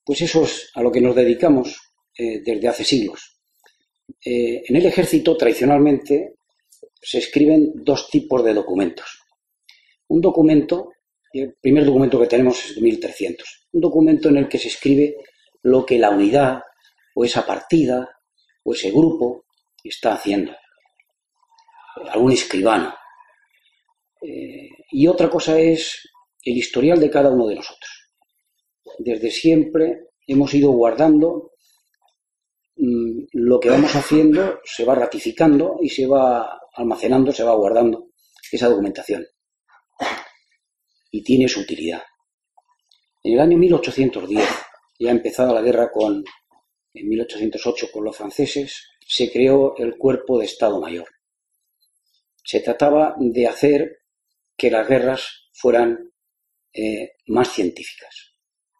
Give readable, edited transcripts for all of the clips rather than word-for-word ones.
Pues eso es a lo que nos dedicamos desde hace siglos. En el ejército, tradicionalmente, se escriben dos tipos de documentos. Un documento, el primer documento que tenemos es de 1300, un documento en el que se escribe lo que la unidad, o esa partida, o ese grupo está haciendo. Algún escribano. Y otra cosa es el historial de cada uno de nosotros. Desde siempre hemos ido guardando lo que vamos haciendo, se va ratificando y se va almacenando, se va guardando esa documentación. Y tiene su utilidad. En el año 1810, ya empezada la guerra en 1808 con los franceses, se creó el Cuerpo de Estado Mayor. Se trataba de hacer que las guerras fueran más científicas.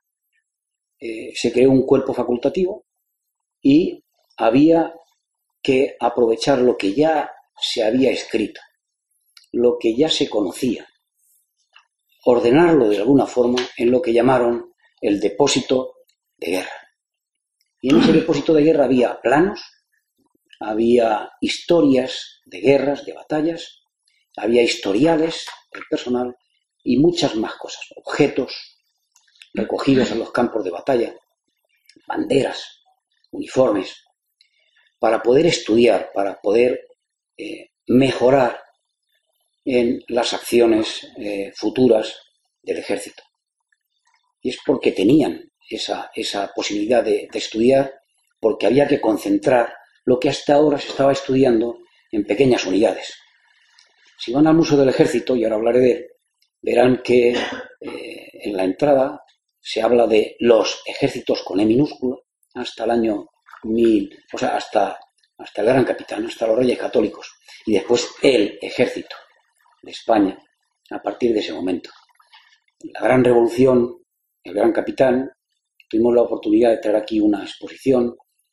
Se creó un cuerpo facultativo y había que aprovechar lo que ya se había escrito, lo que ya se conocía, ordenarlo de alguna forma en lo que llamaron el depósito de guerra. Y en ese depósito de guerra había planos, había historias de guerras, de batallas, había historiales del personal y muchas más cosas, objetos recogidos en los campos de batalla, banderas, uniformes, para poder estudiar, para poder mejorar en las acciones futuras del ejército. Y es porque tenían esa posibilidad de estudiar, porque había que concentrar lo que hasta ahora se estaba estudiando en pequeñas unidades. Si van al Museo del Ejército, y ahora hablaré de él, verán que en la entrada se habla de los ejércitos con E minúscula hasta el año 1000, o sea, hasta el Gran Capitán, hasta los Reyes Católicos, y después el ejército de España a partir de ese momento. La Gran Revolución, el Gran Capitán, tuvimos la oportunidad de traer aquí una exposición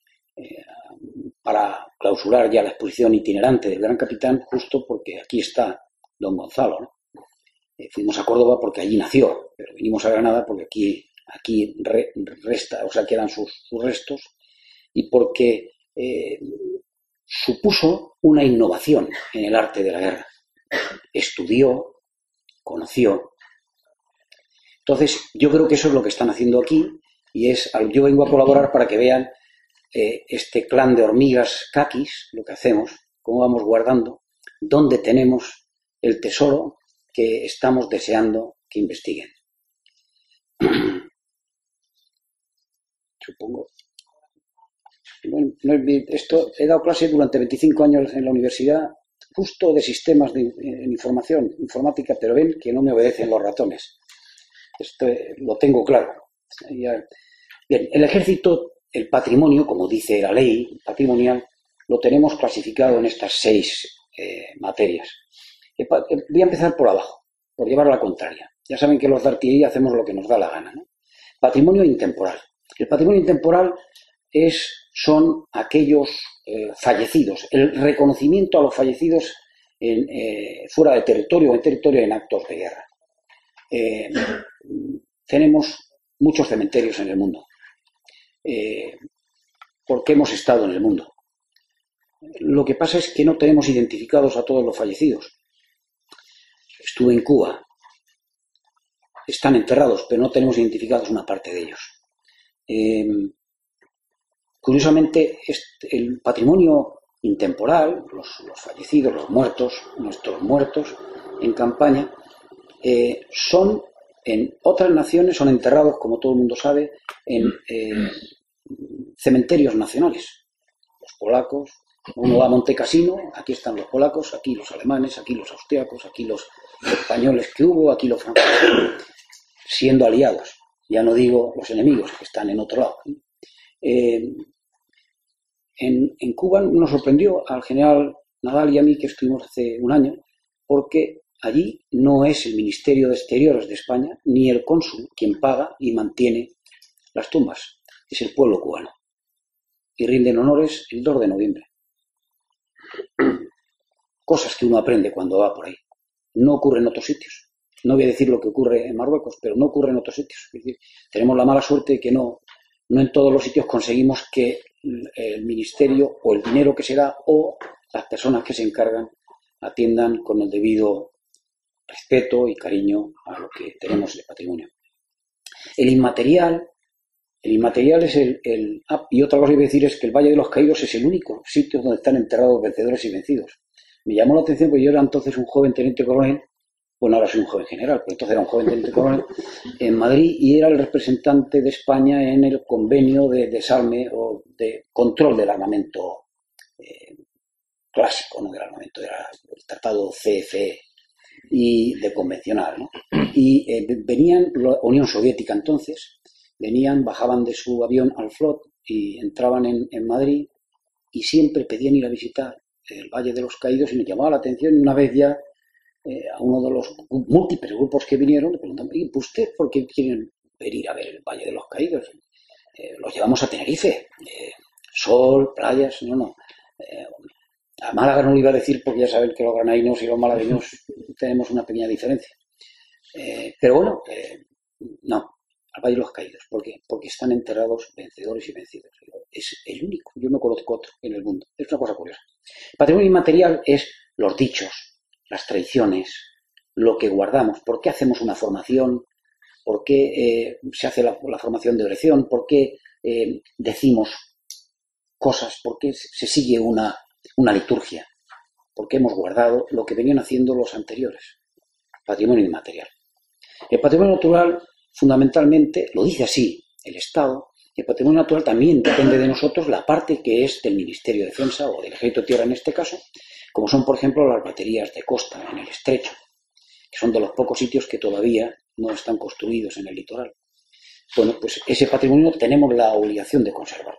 para clausurar ya la exposición itinerante del Gran Capitán, justo porque aquí está don Gonzalo, ¿no? Fuimos a Córdoba porque allí nació, pero vinimos a Granada porque aquí quedan sus restos, y porque supuso una innovación en el arte de la guerra. Estudió, conoció. Entonces, yo creo que eso es lo que están haciendo aquí, y yo vengo a colaborar para que vean este clan de hormigas caquis, lo que hacemos, cómo vamos guardando, dónde tenemos el tesoro que estamos deseando que investiguen. Supongo. Bueno, he dado clase durante 25 años en la universidad, justo de sistemas en información, informática, pero ven que no me obedecen los ratones. Esto lo tengo claro. Bien, el ejército, el patrimonio, como dice la ley patrimonial, lo tenemos clasificado en estas 6 materias. Voy a empezar por abajo, por llevar a la contraria. Ya saben que los de artillería hacemos lo que nos da la gana, ¿no? Patrimonio intemporal. El patrimonio intemporal son aquellos fallecidos, el reconocimiento a los fallecidos fuera de territorio o en territorio en actos de guerra. Tenemos muchos cementerios en el mundo, porque hemos estado en el mundo. Lo que pasa es que no tenemos identificados a todos los fallecidos. Estuve en Cuba. Están enterrados, pero no tenemos identificados una parte de ellos. Curiosamente, el patrimonio intemporal, los fallecidos, los muertos, nuestros muertos en campaña, son en otras naciones, son enterrados, como todo el mundo sabe, en cementerios nacionales. Los polacos, uno va a Montecassino, aquí están los polacos, aquí los alemanes, aquí los austriacos, aquí los españoles que hubo, aquí los franceses, siendo aliados. Ya no digo los enemigos que están en otro lado. En Cuba nos sorprendió al general Nadal y a mí, que estuvimos hace un año, porque allí no es el Ministerio de Exteriores de España ni el cónsul quien paga y mantiene las tumbas, es el pueblo cubano. Y rinden honores el 2 de noviembre. Cosas que uno aprende cuando va por ahí. No ocurre en otros sitios. No voy a decir lo que ocurre en Marruecos, pero no ocurre en otros sitios. Es decir, tenemos la mala suerte de que no no en todos los sitios conseguimos que el ministerio o el dinero que se da o las personas que se encargan atiendan con el debido respeto y cariño a lo que tenemos de patrimonio. El inmaterial es y otra cosa que voy a decir es que el Valle de los Caídos es el único sitio donde están enterrados vencedores y vencidos. Me llamó la atención porque yo era entonces un joven teniente coronel, bueno, ahora soy un joven general, pero entonces era un joven teniente coronel, en Madrid, y era el representante de España en el convenio de desarme o de control del armamento clásico, no del armamento, era el tratado CFE y de convencional, ¿no? Y venían, la Unión Soviética entonces, bajaban de su avión al flot y entraban en Madrid y siempre pedían ir a visitar el Valle de los Caídos y me llamaba la atención. Y una vez ya a uno de los múltiples grupos que vinieron le preguntaban: ¿y usted por qué quieren venir a ver el Valle de los Caídos? Los llevamos a Tenerife, sol, playas, no. A Málaga no lo iba a decir porque ya saben que los granadinos y los malagueños tenemos una pequeña diferencia. Pero bueno, no, al Valle de los Caídos. ¿Por qué? Porque están enterrados vencedores y vencidos. Es el único, yo no conozco otro en el mundo. Es una cosa curiosa. Patrimonio inmaterial es los dichos, las tradiciones, lo que guardamos. ¿Por qué hacemos una formación? ¿Por qué se hace la formación de oración? ¿Por qué decimos cosas? ¿Por qué se sigue una liturgia? Porque hemos guardado lo que venían haciendo los anteriores. Patrimonio inmaterial. El patrimonio natural, fundamentalmente, lo dice así el Estado. El patrimonio natural también depende de nosotros, la parte que es del Ministerio de Defensa o del Ejército de Tierra en este caso, como son, por ejemplo, las baterías de costa en el Estrecho, que son de los pocos sitios que todavía no están construidos en el litoral. Bueno, pues ese patrimonio tenemos la obligación de conservarlo.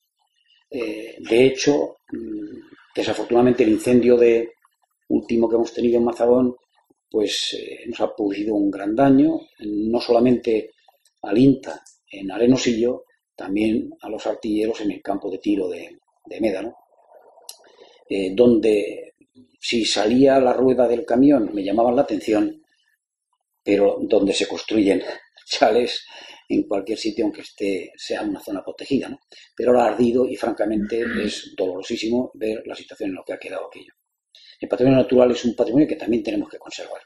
De hecho, desafortunadamente el incendio último que hemos tenido en Mazagón pues nos ha producido un gran daño, no solamente al INTA en Arenosillo, también a los artilleros en el campo de tiro de Médano, donde si salía la rueda del camión me llamaban la atención, pero donde se construyen chales en cualquier sitio, aunque sea una zona protegida, ¿no? Pero ahora ha ardido y francamente es dolorosísimo ver la situación en la que ha quedado aquello. El patrimonio natural es un patrimonio que también tenemos que conservar.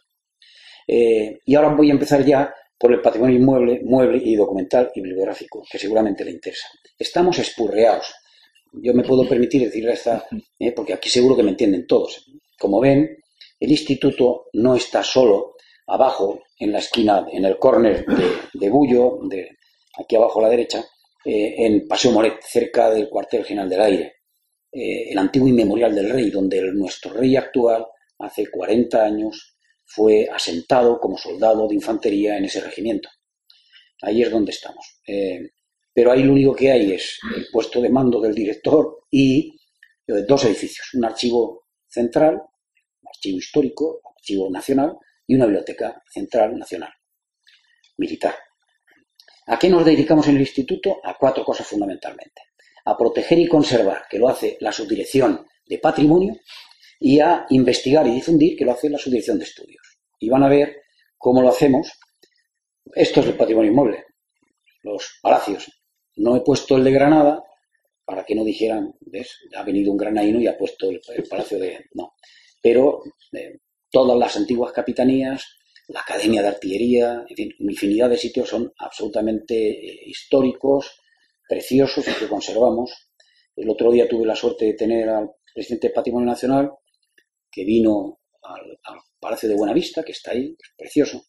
Y ahora voy a empezar ya por el patrimonio mueble y documental y bibliográfico, que seguramente le interesa. Estamos espurreados. Yo me puedo permitir decirle esta, porque aquí seguro que me entienden todos. Como ven, el instituto no está solo abajo, en la esquina, en el córner de Bullo, aquí abajo a la derecha, en Paseo Moret, cerca del cuartel general del aire. El antiguo Inmemorial del Rey, donde nuestro rey actual, hace 40 años, fue asentado como soldado de infantería en ese regimiento. Ahí es donde estamos. Pero ahí lo único que hay es el puesto de mando del director y dos edificios, un archivo central, un archivo histórico, un archivo nacional y una biblioteca central nacional, militar. ¿A qué nos dedicamos en el instituto? A 4 cosas fundamentalmente. A proteger y conservar, que lo hace la subdirección de patrimonio, y a investigar y difundir, que lo hace la subdirección de estudios. Y van a ver cómo lo hacemos. Esto es el patrimonio inmueble, los palacios. No he puesto el de Granada para que no dijeran, ¿ves? Ha venido un granadino y ha puesto el palacio de... No. Pero todas las antiguas capitanías, la Academia de Artillería, en fin, una infinidad de sitios son absolutamente históricos, preciosos y que conservamos. El otro día tuve la suerte de tener al presidente del Patrimonio Nacional, que vino al Palacio de Buenavista, que está ahí, es precioso.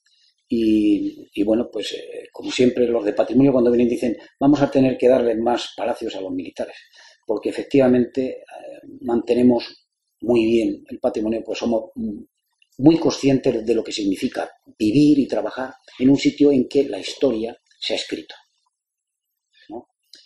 Y bueno, pues como siempre los de patrimonio cuando vienen dicen vamos a tener que darle más palacios a los militares, porque efectivamente mantenemos muy bien el patrimonio, pues somos muy conscientes de lo que significa vivir y trabajar en un sitio en que la historia se ha escrito, ¿no?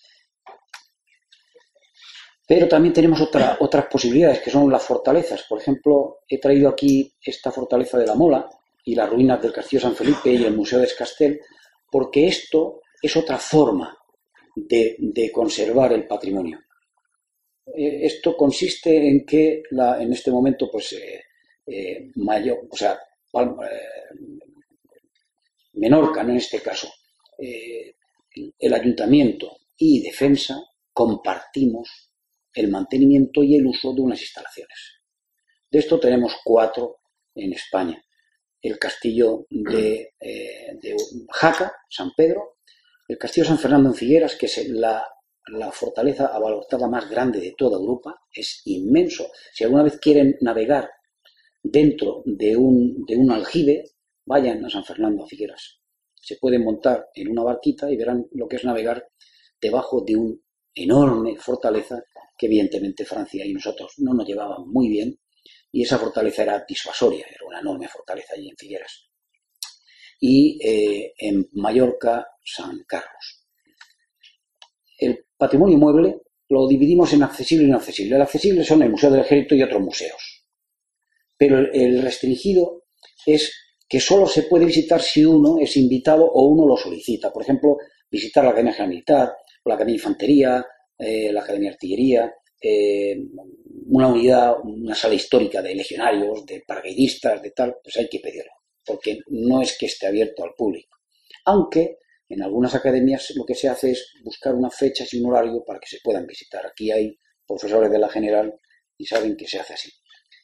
Pero también tenemos otras posibilidades, que son las fortalezas. Por ejemplo, he traído aquí esta fortaleza de la Mola y las ruinas del Castillo San Felipe y el Museo de Escastel, porque esto es otra forma de conservar el patrimonio. Esto consiste en que en este momento, pues, Menorca, ¿no? En este caso, el ayuntamiento y defensa compartimos el mantenimiento y el uso de unas instalaciones. De esto tenemos 4 en España. El castillo de Jaca, San Pedro, el castillo de San Fernando en Figueras, que es la fortaleza abarrotada más grande de toda Europa, es inmenso. Si alguna vez quieren navegar dentro de un aljibe, vayan a San Fernando, a Figueras. Se pueden montar en una barquita y verán lo que es navegar debajo de una enorme fortaleza que evidentemente Francia y nosotros no nos llevaban muy bien, y esa fortaleza era disuasoria, era una enorme fortaleza allí en Figueras. Y en Mallorca, San Carlos. El patrimonio mueble lo dividimos en accesible e inaccesible. El accesible son el Museo del Ejército y otros museos. Pero el restringido es que solo se puede visitar si uno es invitado o uno lo solicita. Por ejemplo, visitar la Academia General Militar, la Academia de Infantería, la Academia de Artillería, una unidad, una sala histórica de legionarios, de paracaidistas, de tal, pues hay que pedirlo, porque no es que esté abierto al público. Aunque en algunas academias lo que se hace es buscar unas fechas y un horario para que se puedan visitar. Aquí hay profesores de la General y saben que se hace así.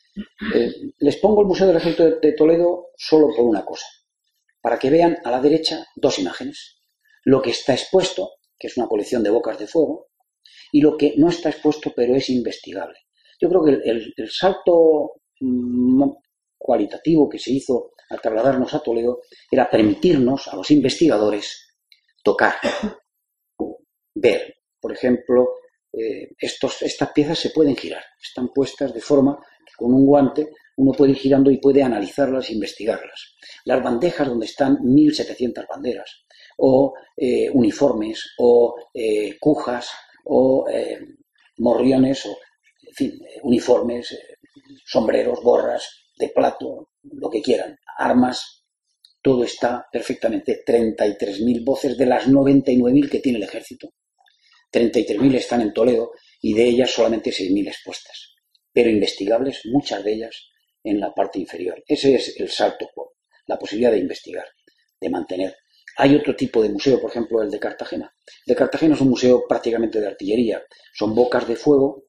Les pongo el Museo del Ejército de Toledo solo por una cosa, para que vean a la derecha 2 imágenes. Lo que está expuesto, que es una colección de bocas de fuego, y lo que no está expuesto pero es investigable. Yo creo que el salto cualitativo que se hizo al trasladarnos a Toledo era permitirnos a los investigadores tocar, ver. Por ejemplo, estas piezas se pueden girar, están puestas de forma que con un guante uno puede ir girando y puede analizarlas e investigarlas. Las bandejas donde están 1.700 banderas, o uniformes, o cujas, o morriones, o en fin, uniformes, sombreros, gorras de plato, lo que quieran, armas, todo está perfectamente. 33.000 voces de las 99.000 que tiene el ejército. 33.000 están en Toledo y de ellas solamente 6.000 expuestas, pero investigables muchas de ellas en la parte inferior. Ese es el salto, la posibilidad de investigar, de mantener. Hay otro tipo de museo, por ejemplo, el de Cartagena. El de Cartagena es un museo prácticamente de artillería. Son bocas de fuego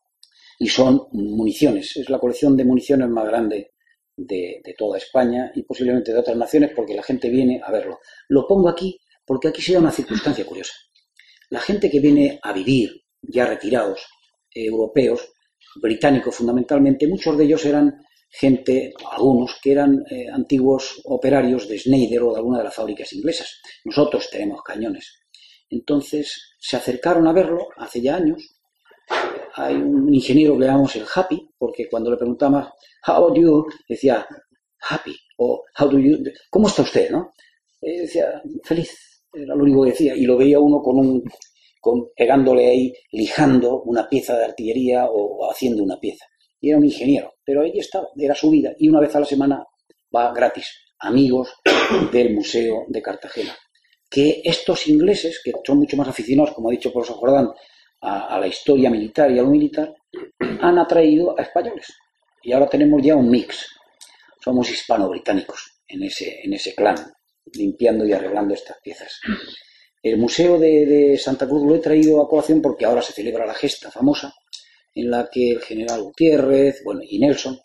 y son municiones. Es la colección de municiones más grande de toda España y posiblemente de otras naciones, porque la gente viene a verlo. Lo pongo aquí porque aquí se da una circunstancia curiosa. La gente que viene a vivir, ya retirados, europeos, británicos fundamentalmente, muchos de ellos eran gente, algunos que eran antiguos operarios de Schneider o de alguna de las fábricas inglesas. Nosotros tenemos cañones. Entonces se acercaron a verlo hace ya años. Hay un ingeniero que le llamamos el Happy, porque cuando le preguntamos how are you, decía happy, o how do you, ¿cómo está usted? ¿No? Decía feliz, era lo único que decía, y lo veía uno pegándole ahí, lijando una pieza de artillería o haciendo una pieza. Y era un ingeniero, pero ahí estaba, era su vida, y una vez a la semana va gratis, amigos del Museo de Cartagena. Que estos ingleses, que son mucho más aficionados, como ha dicho el profesor Jordán, a la historia militar y a lo militar, han atraído a españoles. Y ahora tenemos ya un mix. Somos hispano-británicos en ese clan, limpiando y arreglando estas piezas. El Museo de Santa Cruz lo he traído a colación porque ahora se celebra la gesta famosa, en la que el general Gutiérrez, y Nelson,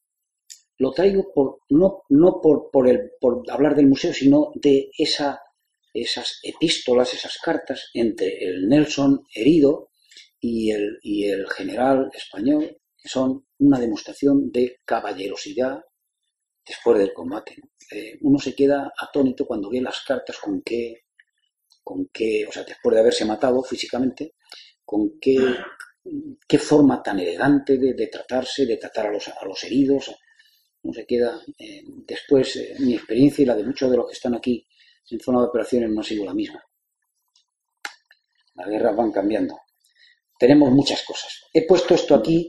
lo traigo no por hablar del museo, sino de esas epístolas, esas cartas entre el Nelson herido y el general español, que son una demostración de caballerosidad después del combate. Uno se queda atónito cuando ve las cartas con qué, o sea, después de haberse matado físicamente, con qué forma tan elegante de tratarse, de tratar a los heridos. Uno se queda. Después, mi experiencia y la de muchos de los que están aquí en zona de operaciones no ha sido la misma. Las guerras van cambiando. Tenemos muchas cosas. He puesto esto aquí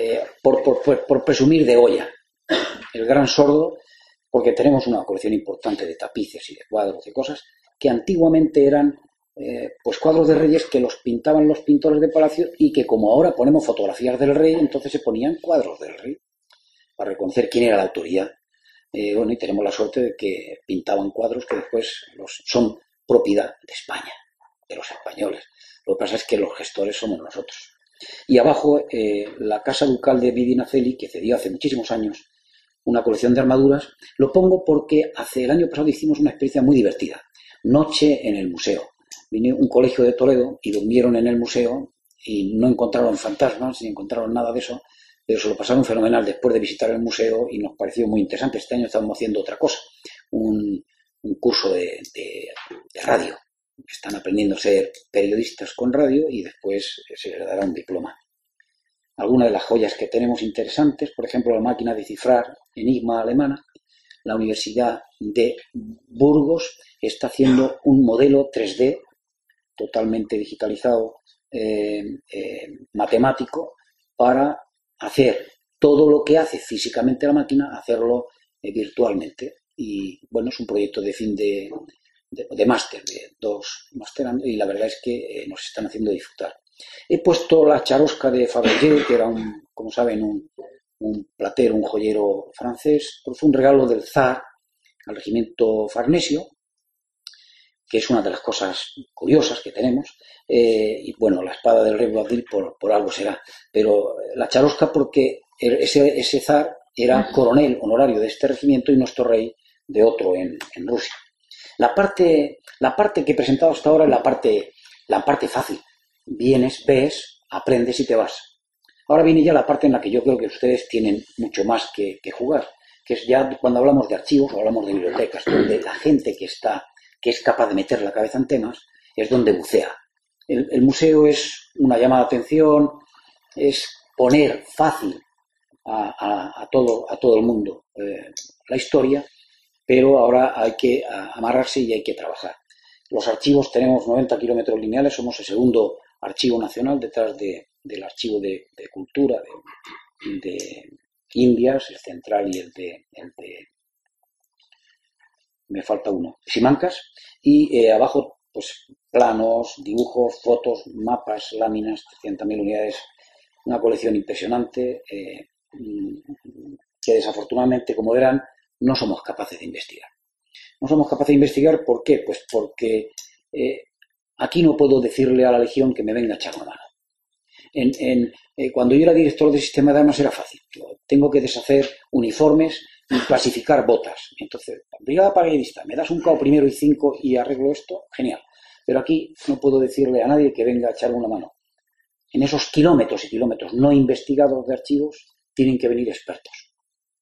por presumir de Goya, el gran sordo, porque tenemos una colección importante de tapices y de cuadros, de cosas que antiguamente eran pues cuadros de reyes que los pintaban los pintores de palacio y que como ahora ponemos fotografías del rey, entonces se ponían cuadros del rey para reconocer quién era la autoridad. Y tenemos la suerte de que pintaban cuadros que después son propiedad de España. de los españoles. Lo que pasa es que los gestores somos nosotros. Y abajo, la Casa Ducal de Medinaceli, que cedió hace muchísimos años una colección de armaduras, lo pongo porque el año pasado hicimos una experiencia muy divertida. Noche en el museo. Vino un colegio de Toledo y durmieron en el museo y no encontraron fantasmas ni encontraron nada de eso, pero se lo pasaron fenomenal después de visitar el museo y nos pareció muy interesante. Este año estamos haciendo otra cosa, un curso de radio. Están aprendiendo a ser periodistas con radio y después se les dará un diploma. Algunas de las joyas que tenemos interesantes, por ejemplo, la máquina de cifrar Enigma alemana. La Universidad de Burgos está haciendo un modelo 3D totalmente digitalizado, matemático, para hacer todo lo que hace físicamente la máquina, hacerlo virtualmente. Y bueno, es un proyecto de fin de máster, de 2 máster, y la verdad es que nos están haciendo disfrutar. He puesto la charosca de Fabergé, que era, como saben, un platero, un joyero francés, pues fue un regalo del zar al regimiento Farnesio, que es una de las cosas curiosas que tenemos, y bueno, la espada del rey Vladimir por algo será, pero la charosca porque ese zar era coronel honorario de este regimiento y nuestro rey de otro en Rusia. La parte que he presentado hasta ahora es la parte fácil. Vienes, ves, aprendes y te vas. Ahora viene ya la parte en la que yo creo que ustedes tienen mucho más que jugar, que es ya cuando hablamos de archivos o hablamos de bibliotecas, donde la gente que es capaz de meter la cabeza en temas, es donde bucea. El museo es una llamada de atención, es poner fácil a todo el mundo la historia, pero ahora hay que amarrarse y hay que trabajar. Los archivos tenemos 90 kilómetros lineales, somos el segundo archivo nacional detrás del archivo de cultura de Indias, el central y el de me falta uno, Simancas, y abajo pues planos, dibujos, fotos, mapas, láminas, 300.000 unidades, una colección impresionante que desafortunadamente, como verán, no somos capaces de investigar. No somos capaces de investigar, ¿por qué? Pues porque aquí no puedo decirle a la Legión que me venga a echar una mano. Cuando yo era director del sistema de armas era fácil. Yo tengo que deshacer uniformes y clasificar botas. Entonces, brigada paracaidista, me das un KO primero y 5 y arreglo esto, genial. Pero aquí no puedo decirle a nadie que venga a echar una mano. En esos kilómetros y kilómetros no investigados de archivos tienen que venir expertos.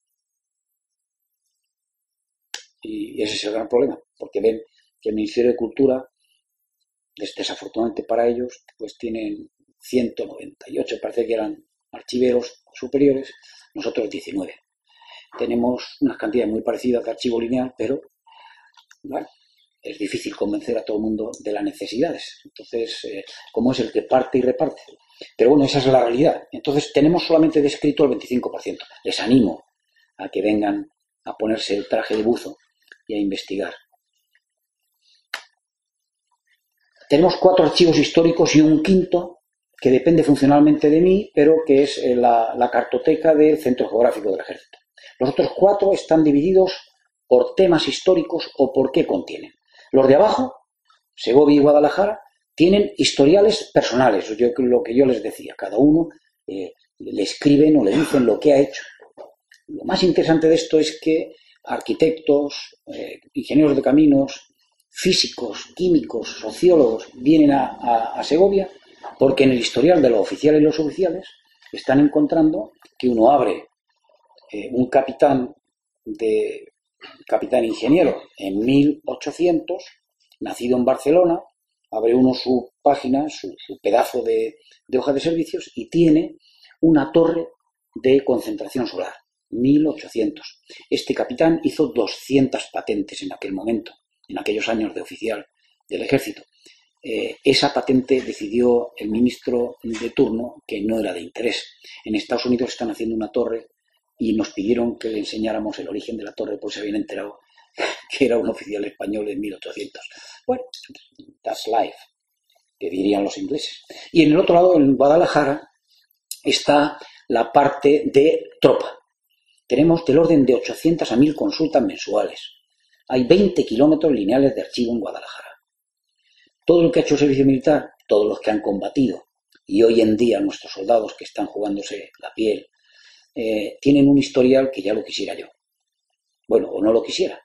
Y ese es el gran problema, porque ven que el Ministerio de Cultura, desafortunadamente para ellos, pues tienen 198, parece que eran archiveros superiores, nosotros 19. Tenemos unas cantidades muy parecidas de archivo lineal, pero bueno, es difícil convencer a todo el mundo de las necesidades. Entonces, como es el que parte y reparte. Pero bueno, esa es la realidad. Entonces, tenemos solamente descrito el 25%. Les animo a que vengan a ponerse el traje de buzo y a investigar. Tenemos 4 archivos históricos y un quinto que depende funcionalmente de mí, pero que es la cartoteca del Centro Geográfico del Ejército. Los otros 4 están divididos por temas históricos o por qué contienen. Los de abajo, Segovia y Guadalajara, tienen historiales personales, lo que yo les decía. Cada uno le escriben o le dicen lo que ha hecho. Lo más interesante de esto es que arquitectos, ingenieros de caminos, físicos, químicos, sociólogos vienen a Segovia porque en el historial de los oficiales y los oficiales están encontrando que uno abre un capitán ingeniero en 1800, nacido en Barcelona, abre uno su página, su pedazo de hoja de servicios y tiene una torre de concentración solar, 1800. Este capitán hizo 200 patentes en aquel momento, en aquellos años de oficial del ejército. Esa patente decidió el ministro de turno que no era de interés. En Estados Unidos están haciendo una torre y nos pidieron que le enseñáramos el origen de la torre, porque se habían enterado que era un oficial español en 1800. Bueno, that's life, que dirían los ingleses. Y en el otro lado, en Guadalajara, está la parte de tropa. Tenemos del orden de 800 a 1000 consultas mensuales. Hay 20 kilómetros lineales de archivo en Guadalajara. todo lo que ha hecho el servicio militar, todos los que han combatido, y hoy en día nuestros soldados que están jugándose la piel, tienen un historial que ya lo quisiera yo. Bueno, o no lo quisiera.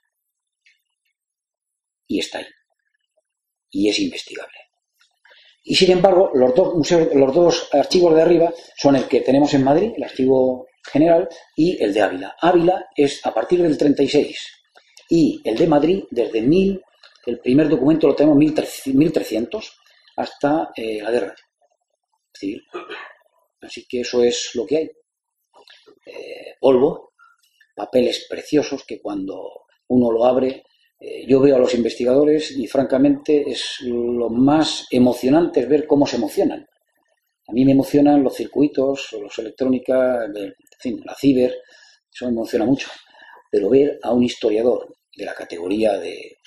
Y está ahí. Y es investigable. Y sin embargo, los dos archivos de arriba son el que tenemos en Madrid, el archivo general, y el de Ávila. Ávila es a partir del 36 y el de Madrid desde el primer documento lo tenemos 1300 hasta la guerra civil. Así que eso es lo que hay. Polvo, papeles preciosos que cuando uno lo abre, yo veo a los investigadores y francamente es lo más emocionante es ver cómo se emocionan. A mí me emocionan los circuitos, los electrónica, en fin, la ciber, eso me emociona mucho. Pero ver a un historiador de la categoría de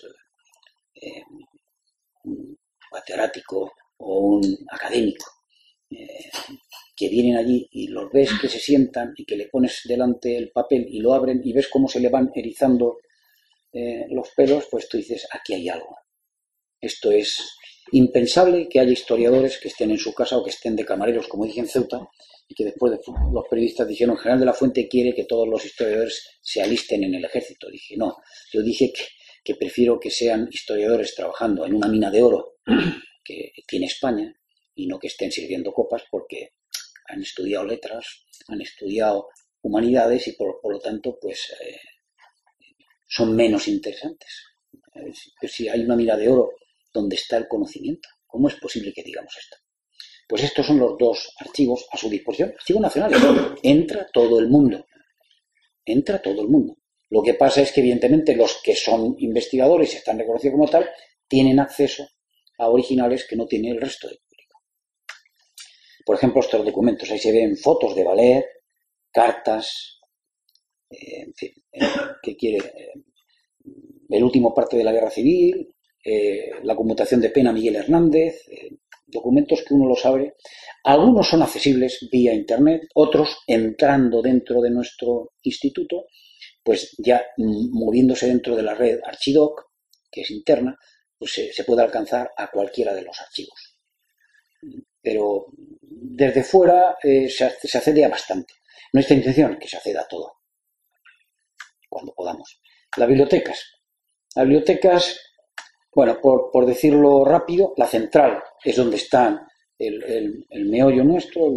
un catedrático o un académico que vienen allí y los ves que se sientan y que le pones delante el papel y lo abren y ves cómo se le van erizando los pelos, pues tú dices, aquí hay algo. Esto es impensable que haya historiadores que estén en su casa o que estén de camareros, como dije en Ceuta, y que después los periodistas dijeron, General de la Fuente quiere que todos los historiadores se alisten en el ejército. Dije, no, yo dije que prefiero que sean historiadores trabajando en una mina de oro que tiene España y no que estén sirviendo copas porque han estudiado letras, han estudiado humanidades y por lo tanto pues son menos interesantes. Si hay una mina de oro donde está el conocimiento, ¿cómo es posible que digamos esto? Pues estos son los dos archivos a su disposición. Archivo Nacional, entra todo el mundo. Entra todo el mundo. Lo que pasa es que evidentemente los que son investigadores y están reconocidos como tal tienen acceso a originales que no tiene el resto del público. Por ejemplo, estos documentos, ahí se ven fotos de Valer, cartas, en fin, ¿qué quiere? El último parte de la Guerra Civil, la conmutación de pena Miguel Hernández, documentos que uno los abre. Algunos son accesibles vía internet, otros entrando dentro de nuestro instituto, pues ya moviéndose dentro de la red Archidoc, que es interna, pues se puede alcanzar a cualquiera de los archivos. Pero desde fuera se accede a bastante. Nuestra intención es que se acceda a todo, cuando podamos. Las bibliotecas, bueno, por decirlo rápido, la central es donde está el meollo nuestro,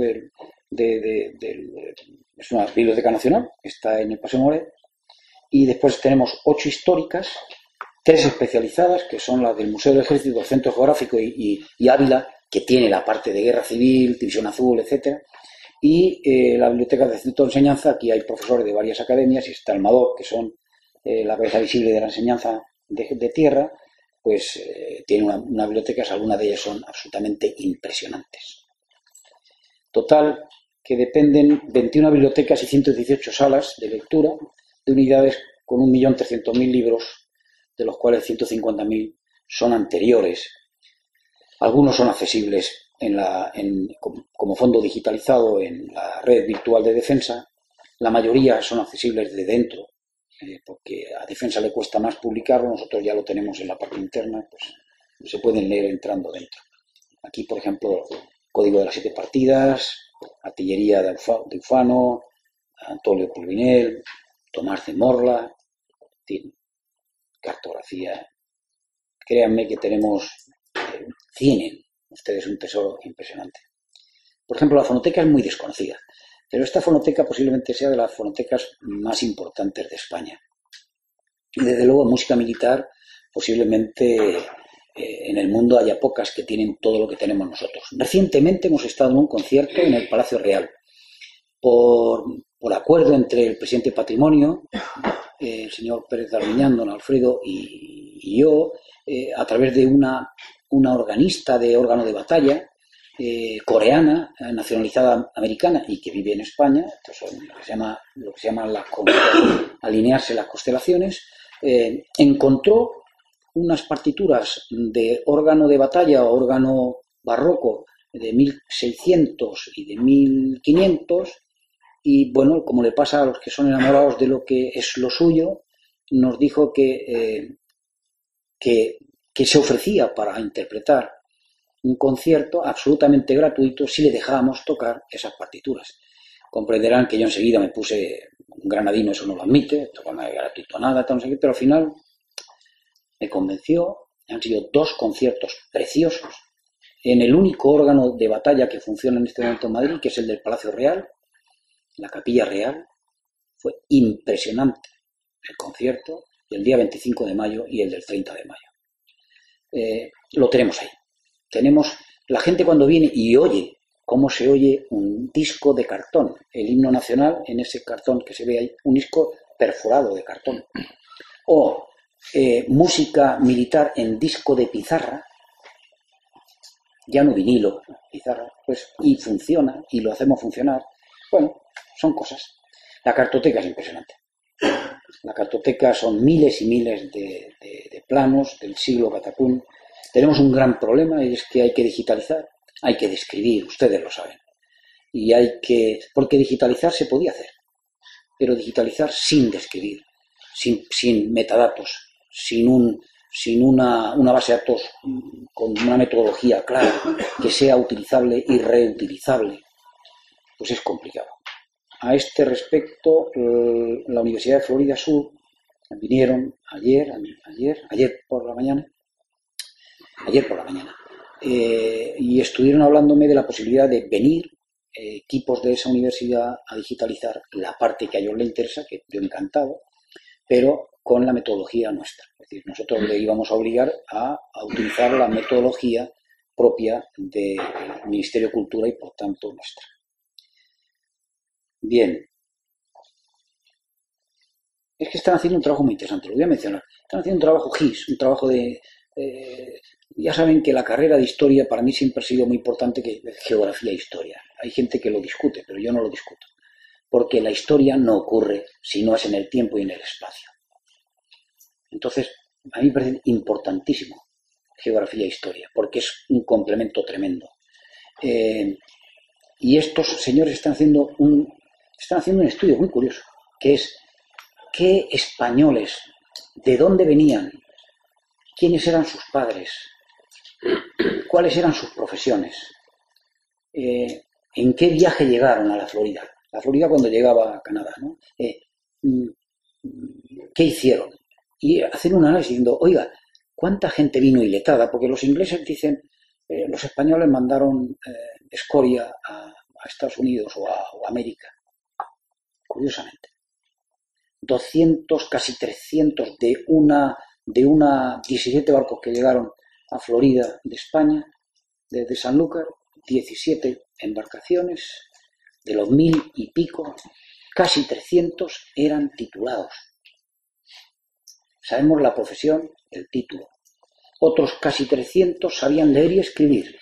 es una biblioteca nacional, que está en el Paseo Moret, y después tenemos 8 históricas, 3 especializadas, que son las del Museo del Ejército, el Centro Geográfico y Ávila, que tiene la parte de Guerra Civil, División Azul, etcétera, y la biblioteca del Centro de Enseñanza. Aquí hay profesores de varias academias, y está Almador, que son la cabeza visible de la enseñanza de tierra, pues tiene una biblioteca, algunas de ellas son absolutamente impresionantes. Total, que dependen 21 bibliotecas y 118 salas de lectura de unidades con 1.300.000 libros, de los cuales 150.000 son anteriores. Algunos son accesibles como fondo digitalizado en la red virtual de defensa. La mayoría son accesibles de dentro, porque a defensa le cuesta más publicarlo, nosotros ya lo tenemos en la parte interna, pues se pueden leer entrando dentro. Aquí, por ejemplo, Código de las 7 partidas, Artillería de Ufano, Antonio Pulvinel, Tomás de Morla, en fin, cartografía. Créanme que tienen ustedes un tesoro impresionante. Por ejemplo, la fonoteca es muy desconocida, pero esta fonoteca posiblemente sea de las fonotecas más importantes de España. Y desde luego, música militar, posiblemente en el mundo haya pocas que tienen todo lo que tenemos nosotros. Recientemente hemos estado en un concierto en el Palacio Real. Por acuerdo entre el presidente de Patrimonio, el señor Pérez Darmiñán, don Alfredo y yo, a través de una organista de órgano de batalla, coreana, nacionalizada americana y que vive en España, lo que se llama alinearse las constelaciones, encontró unas partituras de órgano de batalla o órgano barroco de 1600 y de 1500, y bueno, como le pasa a los que son enamorados de lo que es lo suyo, nos dijo que que se ofrecía para interpretar un concierto absolutamente gratuito si le dejábamos tocar esas partituras. Comprenderán que yo enseguida me puse un granadino, eso no lo admite, tocarme gratuito nada, no sé qué, pero al final me convenció. Han sido 2 conciertos preciosos en el único órgano de batalla que funciona en este momento en Madrid, que es el del Palacio Real, la Capilla Real. Fue impresionante el concierto del día 25 de mayo y el del 30 de mayo. Lo tenemos ahí. Tenemos la gente cuando viene y oye cómo se oye un disco de cartón, el himno nacional en ese cartón que se ve ahí, un disco perforado de cartón, o música militar en disco de pizarra, ya no vinilo, pizarra, pues, y funciona, y lo hacemos funcionar. Bueno, son cosas. La cartoteca es impresionante. La cartoteca son miles y miles de planos del siglo Catacún. Tenemos un gran problema, y es que hay que digitalizar, hay que describir, ustedes lo saben. Y porque digitalizar se podía hacer, pero digitalizar sin describir, sin metadatos, sin una base de datos con una metodología clara, que sea utilizable y reutilizable, pues es complicado. A este respecto, la Universidad de Florida Sur vinieron ayer por la mañana, y estuvieron hablándome de la posibilidad de venir equipos de esa universidad a digitalizar la parte que a ellos les interesa, que yo encantado, pero con la metodología nuestra. Es decir, nosotros le íbamos a obligar a utilizar la metodología propia del Ministerio de Cultura y, por tanto, nuestra. Bien. Es que están haciendo un trabajo muy interesante, lo voy a mencionar. Están haciendo un trabajo GIS, un trabajo de... ya saben que la carrera de historia para mí siempre ha sido muy importante, que geografía e historia. Hay gente que lo discute, pero yo no lo discuto. Porque la historia no ocurre si no es en el tiempo y en el espacio. Entonces, a mí me parece importantísimo geografía e historia, porque es un complemento tremendo. Y estos señores están haciendo un estudio muy curioso, que es qué españoles, de dónde venían, quiénes eran sus padres, cuáles eran sus profesiones, en qué viaje llegaron a la Florida. La Florida cuando llegaba a Canadá, ¿no? ¿Qué hicieron? Y hacer un análisis diciendo, oiga, ¿cuánta gente vino iletrada? Porque los ingleses dicen, los españoles mandaron escoria a Estados Unidos o a América. Curiosamente. 200, casi 300 de una 17 barcos que llegaron a Florida de España, desde Sanlúcar, 17 embarcaciones, de los 1000 y pico, casi 300 eran titulados. Sabemos la profesión, el título. Otros casi 300 sabían leer y escribir.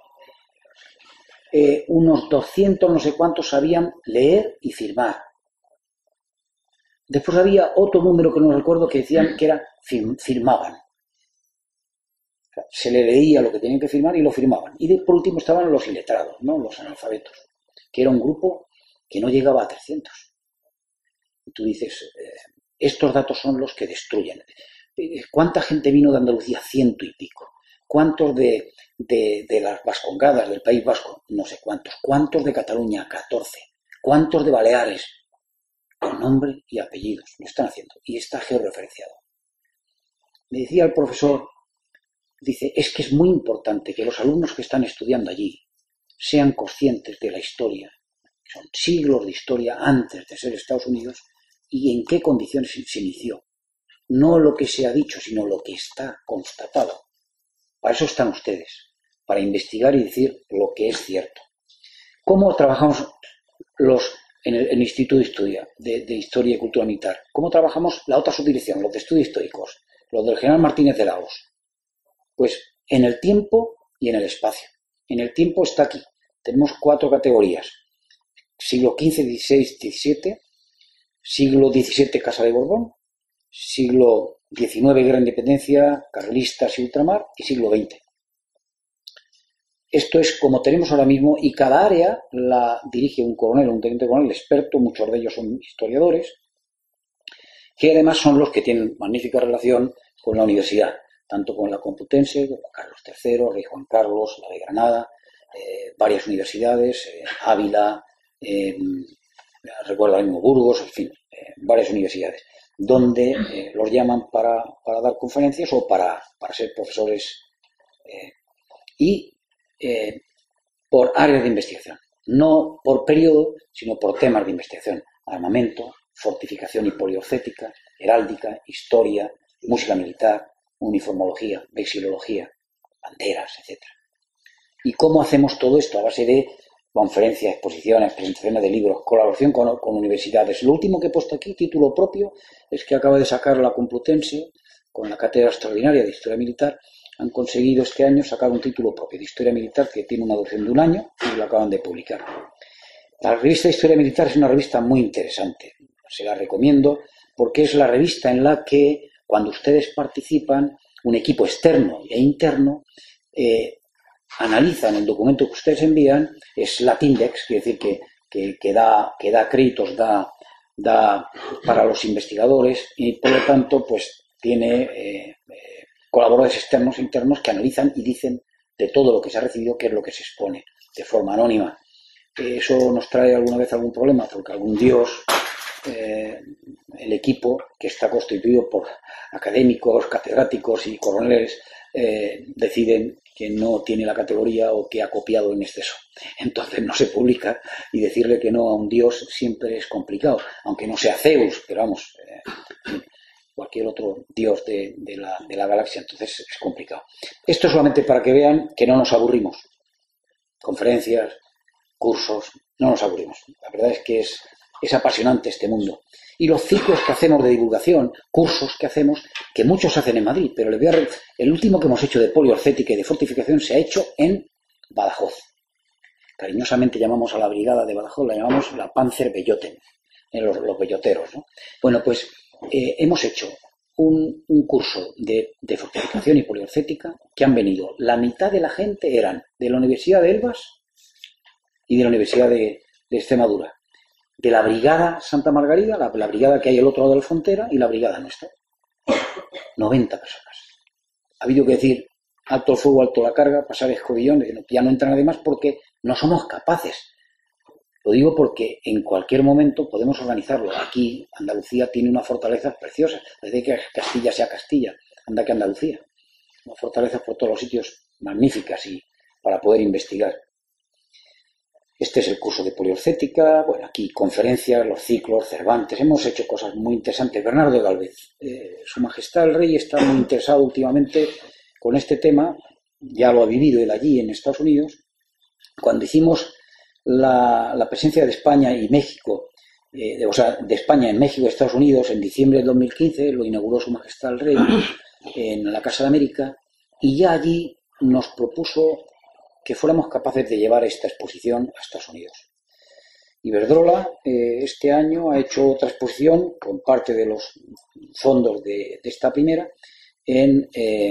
Unos 200, no sé cuántos, sabían leer y firmar. Después había otro número que no recuerdo que decían que firmaban. Se le leía lo que tenían que firmar y lo firmaban. Y por último estaban los iletrados, ¿no? Los analfabetos, que era un grupo que no llegaba a 300. Y tú dices, estos datos son los que destruyen. ¿Cuánta gente vino de Andalucía? 100 y pico. ¿Cuántos de las Vascongadas, del País Vasco? No sé cuántos. ¿Cuántos de Cataluña? 14. ¿Cuántos de Baleares? Con nombre y apellidos. Lo están haciendo. Y está georreferenciado. Me decía el profesor, dice, es que es muy importante que los alumnos que están estudiando allí sean conscientes de la historia. Son siglos de historia antes de ser Estados Unidos y en qué condiciones se inició. No lo que se ha dicho, sino lo que está constatado. Para eso están ustedes, para investigar y decir lo que es cierto. ¿Cómo trabajamos en el Instituto de Historia y Cultura Militar? ¿Cómo trabajamos la otra subdirección, los de estudios históricos, los del general Martínez de Lagos? Pues en el tiempo y en el espacio. En el tiempo está aquí. Tenemos 4 categorías. Siglo XV, XVI, XVII, siglo XVII, Casa de Borbón, siglo XIX, Guerra de Independencia, carlistas y ultramar, y siglo XX. Esto es como tenemos ahora mismo, y cada área la dirige un coronel o un teniente coronel experto, muchos de ellos son historiadores, que además son los que tienen magnífica relación con la universidad. tanto con la Complutense, como Carlos III, Rey Juan Carlos, la de Granada, varias universidades, Ávila, recuerdo ahora mismo Burgos, en fin, varias universidades, donde los llaman para dar conferencias o para ser profesores y por áreas de investigación, no por periodo, sino por temas de investigación: armamento, fortificación y poliorcética, heráldica, historia, música militar, uniformología, vexilología, banderas, etc. ¿Y cómo hacemos todo esto? A base de conferencias, exposiciones, presentaciones de libros, colaboración con universidades. Lo último que he puesto aquí, título propio, es que acaba de sacar la Complutense, con la Cátedra Extraordinaria de Historia Militar. Han conseguido este año sacar un título propio de Historia Militar que tiene una duración de 1 año y lo acaban de publicar. La revista de Historia Militar es una revista muy interesante. Se la recomiendo porque es la revista en la que, cuando ustedes participan, un equipo externo e interno analizan el documento que ustedes envían. Es Latindex, quiere decir que da créditos, da para los investigadores, y por lo tanto pues tiene colaboradores externos e internos que analizan y dicen de todo lo que se ha recibido qué es lo que se expone de forma anónima. Eso nos trae alguna vez algún problema, porque algún dios, el equipo, que está constituido por académicos, catedráticos y coroneles, deciden que no tiene la categoría o que ha copiado en exceso. Entonces no se publica, y decirle que no a un dios siempre es complicado, aunque no sea Zeus, pero vamos, cualquier otro dios de la galaxia. Entonces es complicado. Esto solamente para que vean que no nos aburrimos. Conferencias, cursos, no nos aburrimos. La verdad es que es apasionante este mundo. Y los ciclos que hacemos de divulgación, cursos que hacemos, que muchos hacen en Madrid, pero el último que hemos hecho de poliorcética y de fortificación se ha hecho en Badajoz. Cariñosamente llamamos a la brigada de Badajoz, la llamamos la Panzerbejoten, los belloteros, ¿no? Bueno, pues hemos hecho un curso de fortificación y poliorcética que han venido. La mitad de la gente eran de la Universidad de Elvas y de la Universidad de Extremadura, de la Brigada Santa Margarida, la brigada que hay al otro lado de la frontera, y la brigada nuestra. 90 personas. Ha habido que decir alto el fuego, alto la carga, pasar escobillón, ya no entran además porque no somos capaces. Lo digo porque en cualquier momento podemos organizarlo. Aquí Andalucía tiene unas fortalezas preciosas, desde que Castilla sea Castilla, anda que Andalucía. Unas fortalezas por todos los sitios magníficas y para poder investigar. Este es el curso de poliorcética, bueno, aquí conferencias, los ciclos, Cervantes, hemos hecho cosas muy interesantes. Bernardo de Gálvez, Su Majestad el Rey está muy interesado últimamente con este tema, ya lo ha vivido él allí en Estados Unidos. Cuando hicimos la presencia de España y México, de España en México y Estados Unidos en diciembre de 2015, lo inauguró Su Majestad el Rey en la Casa de América, y ya allí nos propuso que fuéramos capaces de llevar esta exposición a Estados Unidos. Iberdrola este año ha hecho otra exposición con parte de los fondos de esta primera en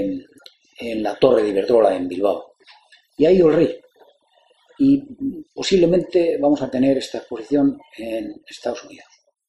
la torre de Iberdrola en Bilbao. Y ha ido el rey. Y posiblemente vamos a tener esta exposición en Estados Unidos.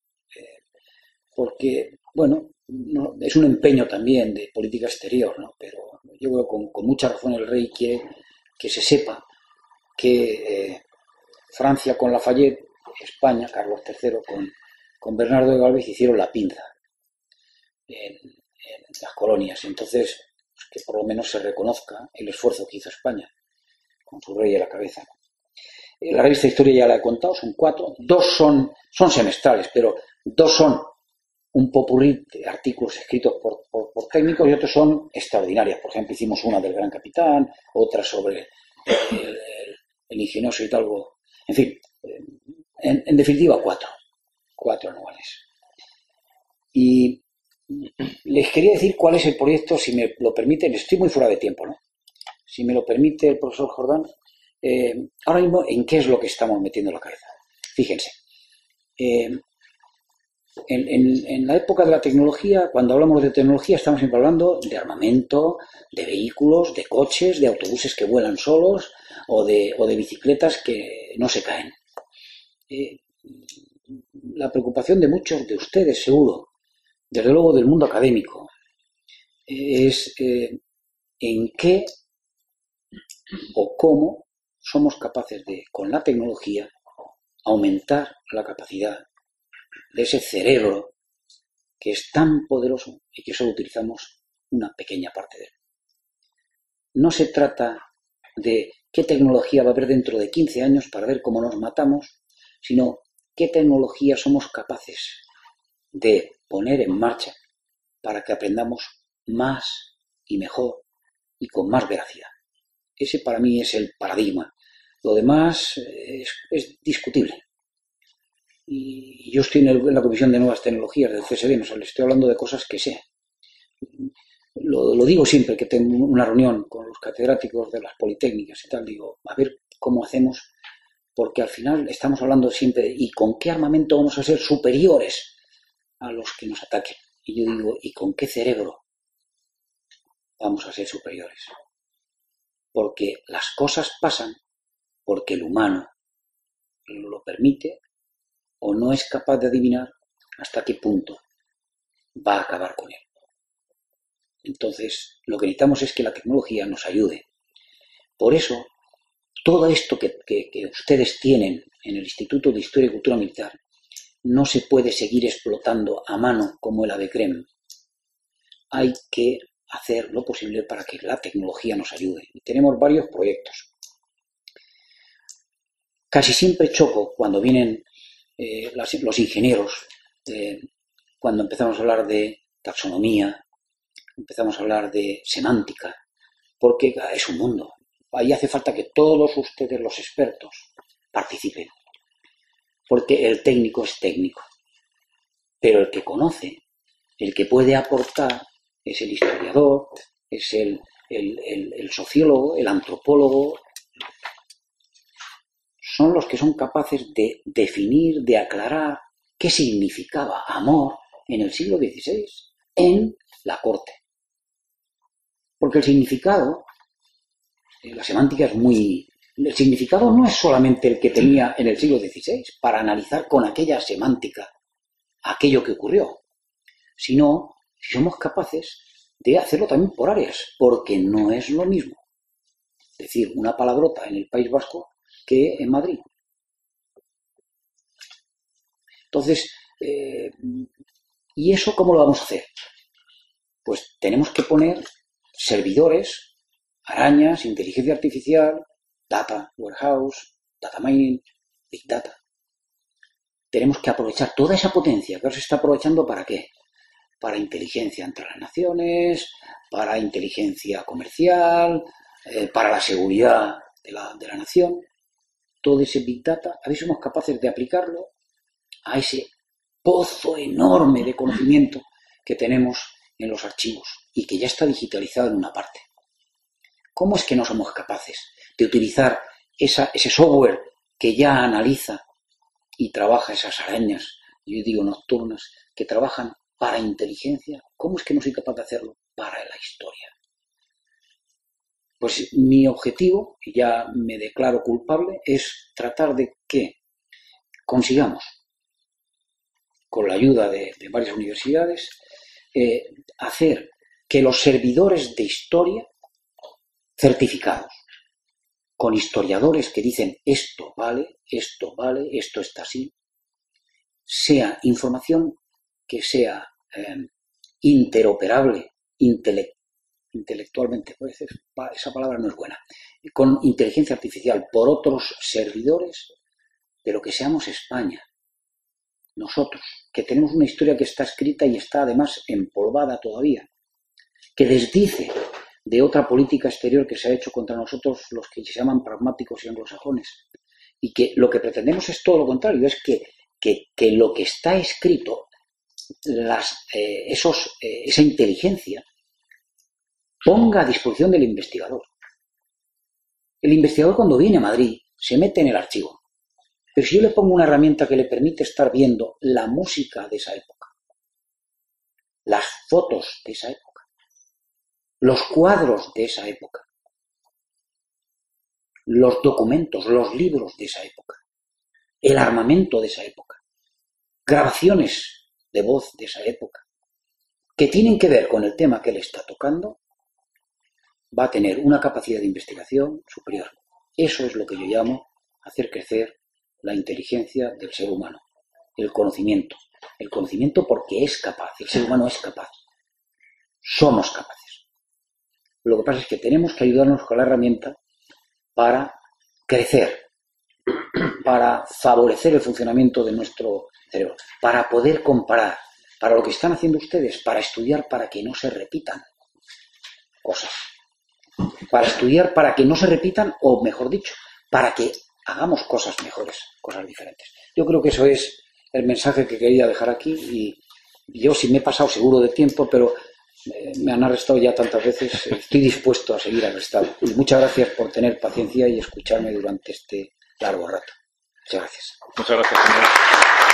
Porque, bueno, no, es un empeño también de política exterior, ¿no? Pero yo creo que con mucha razón el rey quiere que se sepa que Francia con Lafayette, España, Carlos III con Bernardo de Gálvez hicieron la pinza en las colonias. Entonces, pues que por lo menos se reconozca el esfuerzo que hizo España con su rey a la cabeza. La revista Historia ya la he contado, son 4. 2 son semestrales, pero 2 son un popurrí de artículos escritos por técnicos, y otros son extraordinarias. Por ejemplo, hicimos una del Gran Capitán, otra sobre el ingenioso Hidalgo. En fin, en definitiva 4 anuales. Y les quería decir cuál es el proyecto, si me lo permiten. Estoy muy fuera de tiempo, ¿no? Si me lo permite el profesor Jordán, ahora mismo, ¿en qué es lo que estamos metiendo la cabeza? Fíjense. En la época de la tecnología, cuando hablamos de tecnología, estamos siempre hablando de armamento, de vehículos, de coches, de autobuses que vuelan solos o de bicicletas que no se caen. La preocupación de muchos de ustedes, seguro, desde luego del mundo académico, es en qué o cómo somos capaces de, con la tecnología, aumentar la capacidad de ese cerebro que es tan poderoso y que solo utilizamos una pequeña parte de él. No se trata de qué tecnología va a haber dentro de 15 años para ver cómo nos matamos, sino qué tecnología somos capaces de poner en marcha para que aprendamos más y mejor y con más veracidad. Ese para mí es el paradigma. Lo demás es discutible. Y yo estoy en la Comisión de Nuevas Tecnologías del CSD, no sé, le estoy hablando de cosas que sé. Lo digo siempre que tengo una reunión con los catedráticos de las politécnicas y tal, digo, a ver cómo hacemos, porque al final estamos hablando siempre de ¿y con qué armamento vamos a ser superiores a los que nos ataquen? Y yo digo, ¿y con qué cerebro vamos a ser superiores? Porque las cosas pasan porque el humano lo permite o no es capaz de adivinar hasta qué punto va a acabar con él. Entonces, lo que necesitamos es que la tecnología nos ayude. Por eso, todo esto que ustedes tienen en el Instituto de Historia y Cultura Militar no se puede seguir explotando a mano como el ABECREM. Hay que hacer lo posible para que la tecnología nos ayude. Y tenemos varios proyectos. Casi siempre choco cuando vienen los ingenieros, cuando empezamos a hablar de taxonomía, empezamos a hablar de semántica, porque es un mundo. Ahí hace falta que todos ustedes, los expertos, participen, porque el técnico es técnico, pero el que conoce, el que puede aportar, es el historiador, es el sociólogo, el antropólogo. Son los que son capaces de definir, de aclarar qué significaba amor en el siglo XVI, en la corte. Porque el significado, la semántica es muy... El significado no es solamente el que tenía en el siglo XVI, para analizar con aquella semántica aquello que ocurrió, sino si somos capaces de hacerlo también por áreas, porque no es lo mismo decir una palabrota en el País Vasco que en Madrid. Entonces, ¿y eso cómo lo vamos a hacer? Pues tenemos que poner servidores, arañas, inteligencia artificial, data warehouse, data mining, big data. Tenemos que aprovechar toda esa potencia que ahora se está aprovechando ¿para qué? Para inteligencia entre las naciones, para inteligencia comercial, para la seguridad de la nación. Todo ese big data, a ver si somos capaces de aplicarlo a ese pozo enorme de conocimiento que tenemos en los archivos y que ya está digitalizado en una parte. ¿Cómo es que no somos capaces de utilizar ese software que ya analiza y trabaja esas arañas, yo digo nocturnas, que trabajan para inteligencia? ¿Cómo es que no soy capaz de hacerlo para la historia? Pues mi objetivo, y ya me declaro culpable, es tratar de que consigamos, con la ayuda de varias universidades, hacer que los servidores de historia certificados, con historiadores que dicen esto vale, esto está así, sea información que sea interoperable, intelectualmente, parece, esa palabra no es buena, con inteligencia artificial por otros servidores, pero que seamos España, nosotros, que tenemos una historia que está escrita y está además empolvada todavía, que desdice de otra política exterior que se ha hecho contra nosotros, los que se llaman pragmáticos y anglosajones, y que lo que pretendemos es todo lo contrario, es que lo que está escrito, esa inteligencia, ponga a disposición del investigador. El investigador cuando viene a Madrid se mete en el archivo, pero si yo le pongo una herramienta que le permite estar viendo la música de esa época, las fotos de esa época, los cuadros de esa época, los documentos, los libros de esa época, el armamento de esa época, grabaciones de voz de esa época, que tienen que ver con el tema que le está tocando, va a tener una capacidad de investigación superior. Eso es lo que yo llamo hacer crecer la inteligencia del ser humano, el conocimiento. El conocimiento porque es capaz, el ser humano es capaz. Somos capaces. Lo que pasa es que tenemos que ayudarnos con la herramienta para crecer, para favorecer el funcionamiento de nuestro cerebro, para poder comparar, para lo que están haciendo ustedes, para estudiar para que no se repitan cosas. Para estudiar para que no se repitan, o mejor dicho, para que hagamos cosas mejores, cosas diferentes. Yo creo que eso es el mensaje que quería dejar aquí, y yo sí me he pasado seguro de tiempo, pero me han arrestado ya tantas veces, estoy dispuesto a seguir arrestado. Y muchas gracias por tener paciencia y escucharme durante este largo rato. Muchas gracias. Muchas gracias, señor.